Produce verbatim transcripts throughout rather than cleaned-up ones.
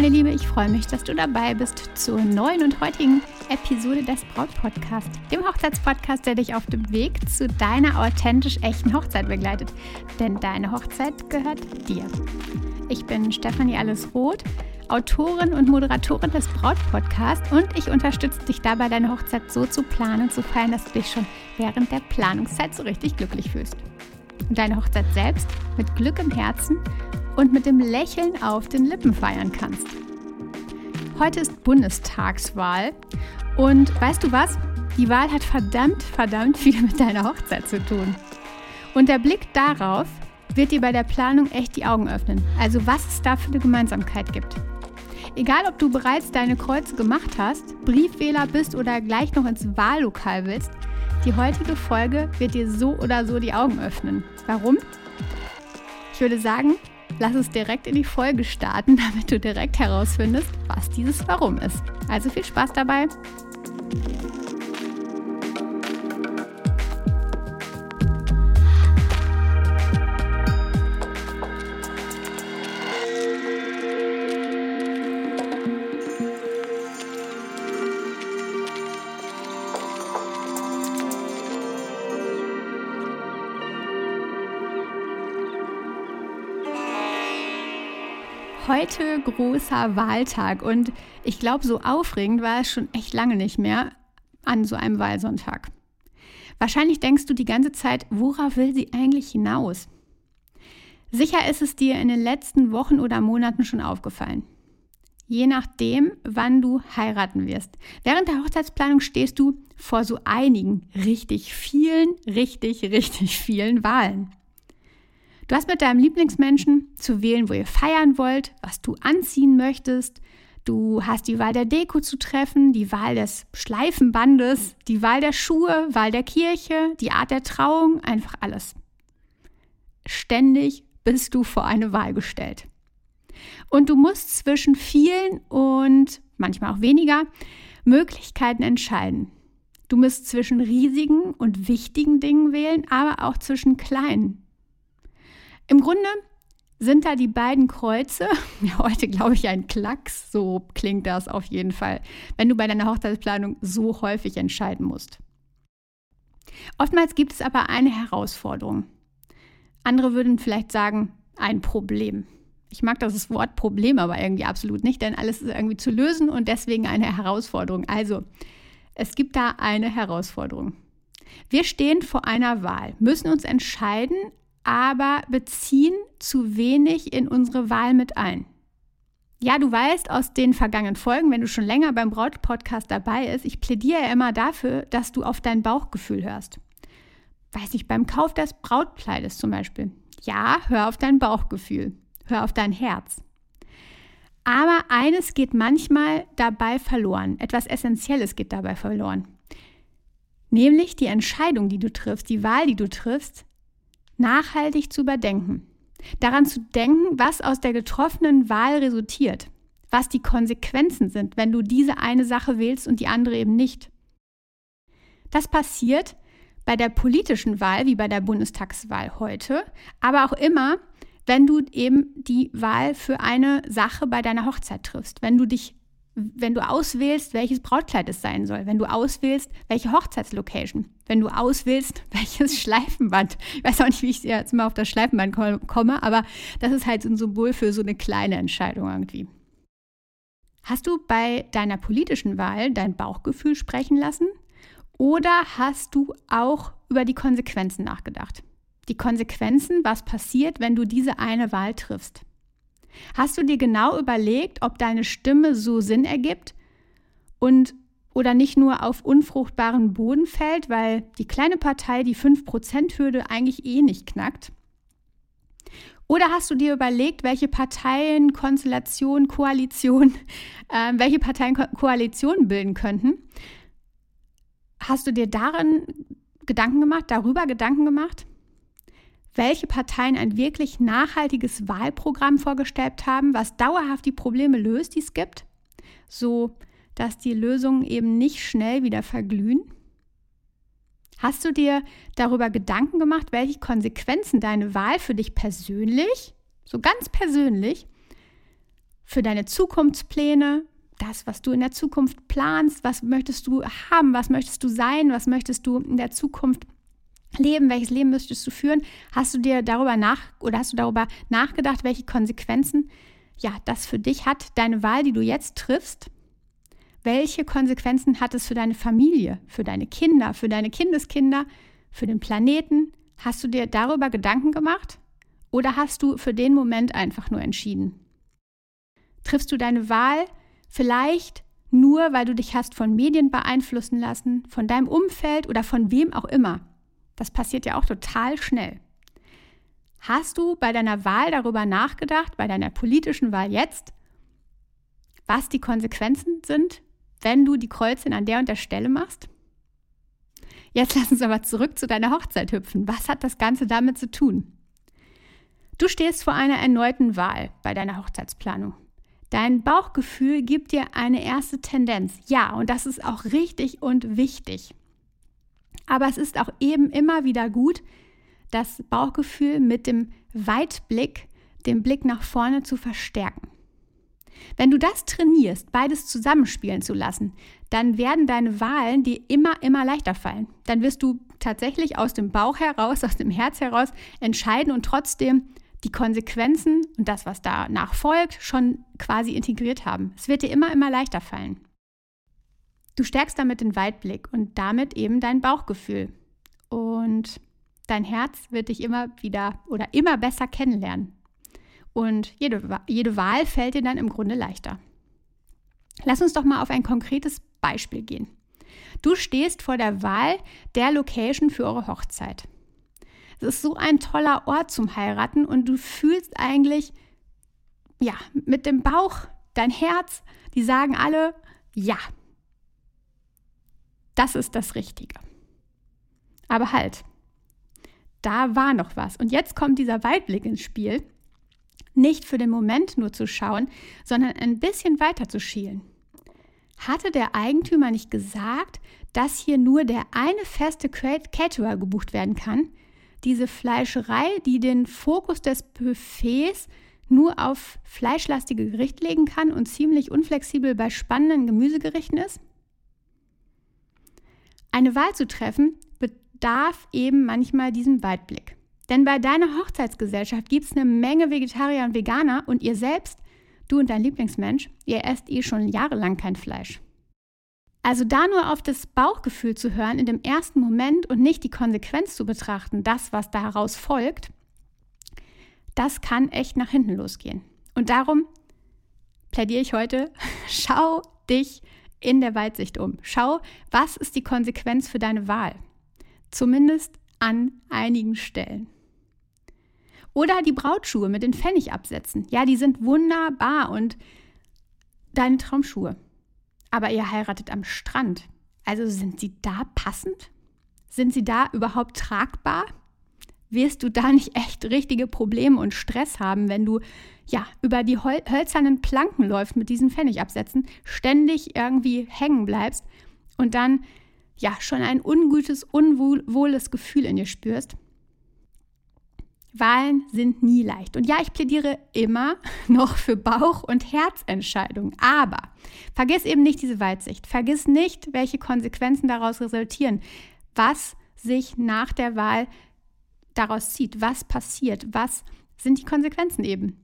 meine Liebe, ich freue mich, dass du dabei bist zur neuen und heutigen Episode des Braut-Podcast, dem Hochzeitspodcast, der dich auf dem Weg zu deiner authentisch echten Hochzeit begleitet. Denn deine Hochzeit gehört dir. Ich bin Stefanie Allesroth, Autorin und Moderatorin des Braut-Podcasts und ich unterstütze dich dabei, deine Hochzeit so zu planen und zu feiern, dass du dich schon während der Planungszeit so richtig glücklich fühlst. Und deine Hochzeit selbst mit Glück im Herzen und mit dem Lächeln auf den Lippen feiern kannst. Heute ist Bundestagswahl und weißt du was? Die Wahl hat verdammt, verdammt viel mit deiner Hochzeit zu tun. Und der Blick darauf wird dir bei der Planung echt die Augen öffnen. Also was es da für eine Gemeinsamkeit gibt. Egal, ob du bereits deine Kreuze gemacht hast, Briefwähler bist oder gleich noch ins Wahllokal willst, die heutige Folge wird dir so oder so die Augen öffnen. Warum? Ich würde sagen, lass uns direkt in die Folge starten, damit du direkt herausfindest, was dieses Warum ist. Also viel Spaß dabei! Heute großer Wahltag und ich glaube, so aufregend war es schon echt lange nicht mehr an so einem Wahlsonntag. Wahrscheinlich denkst du die ganze Zeit, worauf will sie eigentlich hinaus? Sicher ist es dir in den letzten Wochen oder Monaten schon aufgefallen. Je nachdem, wann du heiraten wirst. Während der Hochzeitsplanung stehst du vor so einigen richtig vielen, richtig, richtig vielen Wahlen. Du hast mit deinem Lieblingsmenschen zu wählen, wo ihr feiern wollt, was du anziehen möchtest. Du hast die Wahl der Deko zu treffen, die Wahl des Schleifenbandes, die Wahl der Schuhe, Wahl der Kirche, die Art der Trauung, einfach alles. Ständig bist du vor eine Wahl gestellt. Und du musst zwischen vielen und manchmal auch weniger Möglichkeiten entscheiden. Du musst zwischen riesigen und wichtigen Dingen wählen, aber auch zwischen kleinen. Im Grunde sind da die beiden Kreuze, ja, heute glaube ich ein Klacks, so klingt das auf jeden Fall, wenn du bei deiner Hochzeitsplanung so häufig entscheiden musst. Oftmals gibt es aber eine Herausforderung. Andere würden vielleicht sagen, ein Problem. Ich mag das Wort Problem aber irgendwie absolut nicht, denn alles ist irgendwie zu lösen und deswegen eine Herausforderung. Also, es gibt da eine Herausforderung. Wir stehen vor einer Wahl, müssen uns entscheiden, aber beziehen zu wenig in unsere Wahl mit ein. Ja, du weißt aus den vergangenen Folgen, wenn du schon länger beim Braut-Podcast dabei bist, ich plädiere ja immer dafür, dass du auf dein Bauchgefühl hörst. Weiß nicht, beim Kauf des Brautkleides zum Beispiel. Ja, hör auf dein Bauchgefühl, hör auf dein Herz. Aber eines geht manchmal dabei verloren, etwas Essentielles geht dabei verloren. Nämlich die Entscheidung, die du triffst, die Wahl, die du triffst, nachhaltig zu überdenken. Daran zu denken, was aus der getroffenen Wahl resultiert, was die Konsequenzen sind, wenn du diese eine Sache wählst und die andere eben nicht. Das passiert bei der politischen Wahl, wie bei der Bundestagswahl heute, aber auch immer, wenn du eben die Wahl für eine Sache bei deiner Hochzeit triffst, wenn du dich Wenn du auswählst, welches Brautkleid es sein soll, wenn du auswählst, welche Hochzeitslocation, wenn du auswählst, welches Schleifenband. Ich weiß auch nicht, wie ich jetzt mal auf das Schleifenband komme, aber das ist halt so ein Symbol für so eine kleine Entscheidung irgendwie. Hast du bei deiner politischen Wahl dein Bauchgefühl sprechen lassen oder hast du auch über die Konsequenzen nachgedacht? Die Konsequenzen, was passiert, wenn du diese eine Wahl triffst? Hast du dir genau überlegt, ob deine Stimme so Sinn ergibt und oder nicht nur auf unfruchtbaren Boden fällt, weil die kleine Partei die fünf Prozent Hürde eigentlich eh nicht knackt? Oder hast du dir überlegt, welche Parteien, Konstellation, Koalition, äh, welche Parteien Ko- Koalitionen bilden könnten? Hast du dir darin Gedanken gemacht, darüber Gedanken gemacht? Welche Parteien ein wirklich nachhaltiges Wahlprogramm vorgestellt haben, was dauerhaft die Probleme löst, die es gibt, so dass die Lösungen eben nicht schnell wieder verglühen? Hast du dir darüber Gedanken gemacht, welche Konsequenzen deine Wahl für dich persönlich, so ganz persönlich, für deine Zukunftspläne, das, was du in der Zukunft planst, was möchtest du haben, was möchtest du sein, was möchtest du in der Zukunft leben, welches Leben möchtest du führen? Hast du dir darüber nach oder hast du darüber nachgedacht, welche Konsequenzen ja, das für dich hat, deine Wahl, die du jetzt triffst? Welche Konsequenzen hat es für deine Familie, für deine Kinder, für deine Kindeskinder, für den Planeten? Hast du dir darüber Gedanken gemacht? Oder hast du für den Moment einfach nur entschieden? Triffst du deine Wahl vielleicht nur, weil du dich hast von Medien beeinflussen lassen, von deinem Umfeld oder von wem auch immer? Das passiert ja auch total schnell. Hast du bei deiner Wahl darüber nachgedacht, bei deiner politischen Wahl jetzt, was die Konsequenzen sind, wenn du die Kreuzchen an der und der Stelle machst? Jetzt lass uns aber zurück zu deiner Hochzeit hüpfen. Was hat das Ganze damit zu tun? Du stehst vor einer erneuten Wahl bei deiner Hochzeitsplanung. Dein Bauchgefühl gibt dir eine erste Tendenz. Ja, und das ist auch richtig und wichtig. Aber es ist auch eben immer wieder gut, das Bauchgefühl mit dem Weitblick, dem Blick nach vorne zu verstärken. Wenn du das trainierst, beides zusammenspielen zu lassen, dann werden deine Wahlen dir immer, immer leichter fallen. Dann wirst du tatsächlich aus dem Bauch heraus, aus dem Herz heraus entscheiden und trotzdem die Konsequenzen und das, was danach folgt, schon quasi integriert haben. Es wird dir immer, immer leichter fallen. Du stärkst damit den Weitblick und damit eben dein Bauchgefühl. Und dein Herz wird dich immer wieder oder immer besser kennenlernen. Und jede, jede Wahl fällt dir dann im Grunde leichter. Lass uns doch mal auf ein konkretes Beispiel gehen. Du stehst vor der Wahl der Location für eure Hochzeit. Es ist so ein toller Ort zum Heiraten und du fühlst eigentlich, ja, mit dem Bauch, dein Herz, die sagen alle, ja, das ist das Richtige. Aber halt, da war noch was. Und jetzt kommt dieser Weitblick ins Spiel. Nicht für den Moment nur zu schauen, sondern ein bisschen weiter zu schielen. Hatte der Eigentümer nicht gesagt, dass hier nur der eine feste Caterer gebucht werden kann? Diese Fleischerei, die den Fokus des Buffets nur auf fleischlastige Gerichte legen kann und ziemlich unflexibel bei spannenden Gemüsegerichten ist? Eine Wahl zu treffen bedarf eben manchmal diesem Weitblick. Denn bei deiner Hochzeitsgesellschaft gibt es eine Menge Vegetarier und Veganer und ihr selbst, du und dein Lieblingsmensch, ihr esst eh schon jahrelang kein Fleisch. Also da nur auf das Bauchgefühl zu hören in dem ersten Moment und nicht die Konsequenz zu betrachten, das, was daraus folgt, das kann echt nach hinten losgehen. Und darum plädiere ich heute, schau dich in der Weitsicht um. Schau, was ist die Konsequenz für deine Wahl? Zumindest an einigen Stellen. Oder die Brautschuhe mit den Pfennigabsätzen. Ja, die sind wunderbar und deine Traumschuhe. Aber ihr heiratet am Strand. Also sind sie da passend? Sind sie da überhaupt tragbar? Wirst du da nicht echt richtige Probleme und Stress haben, wenn du ja über die hol- hölzernen Planken läufst mit diesen Pfennigabsätzen, ständig irgendwie hängen bleibst und dann ja schon ein ungutes, unwohles Gefühl in dir spürst? Wahlen sind nie leicht. Und ja, ich plädiere immer noch für Bauch- und Herzentscheidungen. Aber vergiss eben nicht diese Weitsicht. Vergiss nicht, welche Konsequenzen daraus resultieren. Was sich nach der Wahl daraus zieht. Was passiert? Was sind die Konsequenzen eben?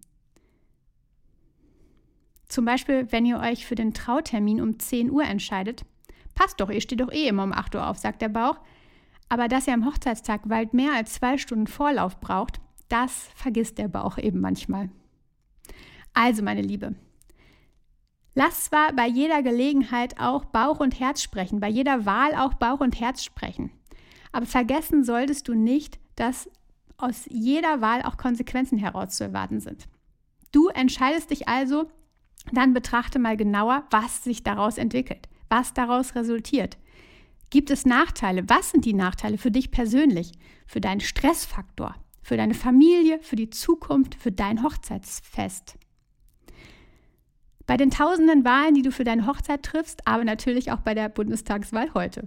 Zum Beispiel, wenn ihr euch für den Trautermin um zehn Uhr entscheidet. Passt doch, ihr steht doch eh immer um acht Uhr auf, sagt der Bauch. Aber dass ihr am Hochzeitstag weit mehr als zwei Stunden Vorlauf braucht, das vergisst der Bauch eben manchmal. Also, meine Liebe, lass zwar bei jeder Gelegenheit auch Bauch und Herz sprechen, bei jeder Wahl auch Bauch und Herz sprechen. Aber vergessen solltest du nicht, dass aus jeder Wahl auch Konsequenzen herauszuerwarten sind. Du entscheidest dich also, dann betrachte mal genauer, was sich daraus entwickelt, was daraus resultiert. Gibt es Nachteile? Was sind die Nachteile für dich persönlich, für deinen Stressfaktor, für deine Familie, für die Zukunft, für dein Hochzeitsfest? Bei den tausenden Wahlen, die du für deine Hochzeit triffst, aber natürlich auch bei der Bundestagswahl heute.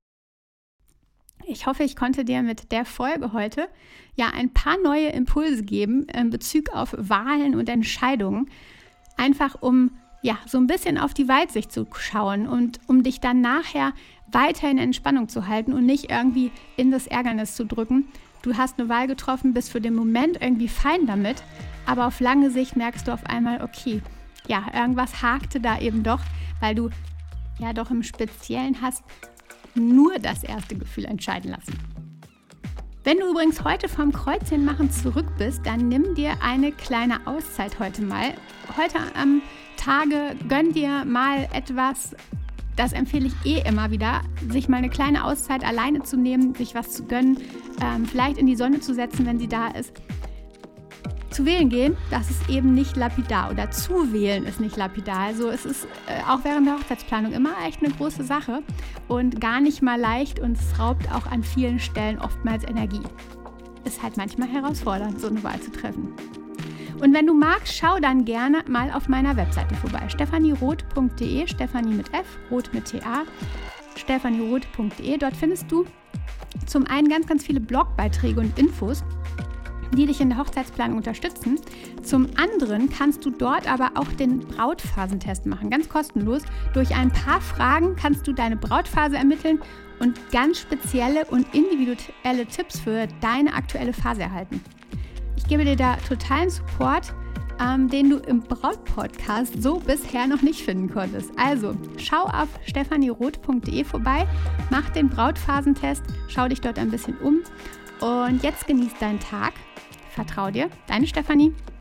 Ich hoffe, ich konnte dir mit der Folge heute ja ein paar neue Impulse geben in Bezug auf Wahlen und Entscheidungen. einfach um ja, so ein bisschen auf die Weitsicht zu schauen und um dich dann nachher weiter in Entspannung zu halten und nicht irgendwie in das Ärgernis zu drücken. Du hast eine Wahl getroffen, bist für den Moment irgendwie fein damit, aber auf lange Sicht merkst du auf einmal, okay, ja, irgendwas hakte da eben doch, weil du ja doch im Speziellen hast nur das erste Gefühl entscheiden lassen. Wenn du übrigens heute vom Kreuzchenmachen zurück bist, dann nimm dir eine kleine Auszeit heute mal. Heute am Tage gönn dir mal etwas, das empfehle ich eh immer wieder, sich mal eine kleine Auszeit alleine zu nehmen, sich was zu gönnen, ähm, vielleicht in die Sonne zu setzen, wenn sie da ist. Zu wählen gehen, das ist eben nicht lapidar oder zu wählen ist nicht lapidar. Also es ist äh, auch während der Hochzeitsplanung immer echt eine große Sache und gar nicht mal leicht und es raubt auch an vielen Stellen oftmals Energie. Ist halt manchmal herausfordernd, so eine Wahl zu treffen. Und wenn du magst, schau dann gerne mal auf meiner Webseite vorbei. stephanieroth punkt de, Stephanie mit F, Roth mit T A, stephanieroth punkt de. Dort findest du zum einen ganz, ganz viele Blogbeiträge und Infos, die dich in der Hochzeitsplanung unterstützen. Zum anderen kannst du dort aber auch den Brautphasentest machen, ganz kostenlos. Durch ein paar Fragen kannst du deine Brautphase ermitteln und ganz spezielle und individuelle Tipps für deine aktuelle Phase erhalten. Ich gebe dir da totalen Support, ähm, den du im Brautpodcast so bisher noch nicht finden konntest. Also schau auf stephanieroth punkt de vorbei, mach den Brautphasentest, schau dich dort ein bisschen um und jetzt genieß deinen Tag. Vertrau dir, deine Stefanie.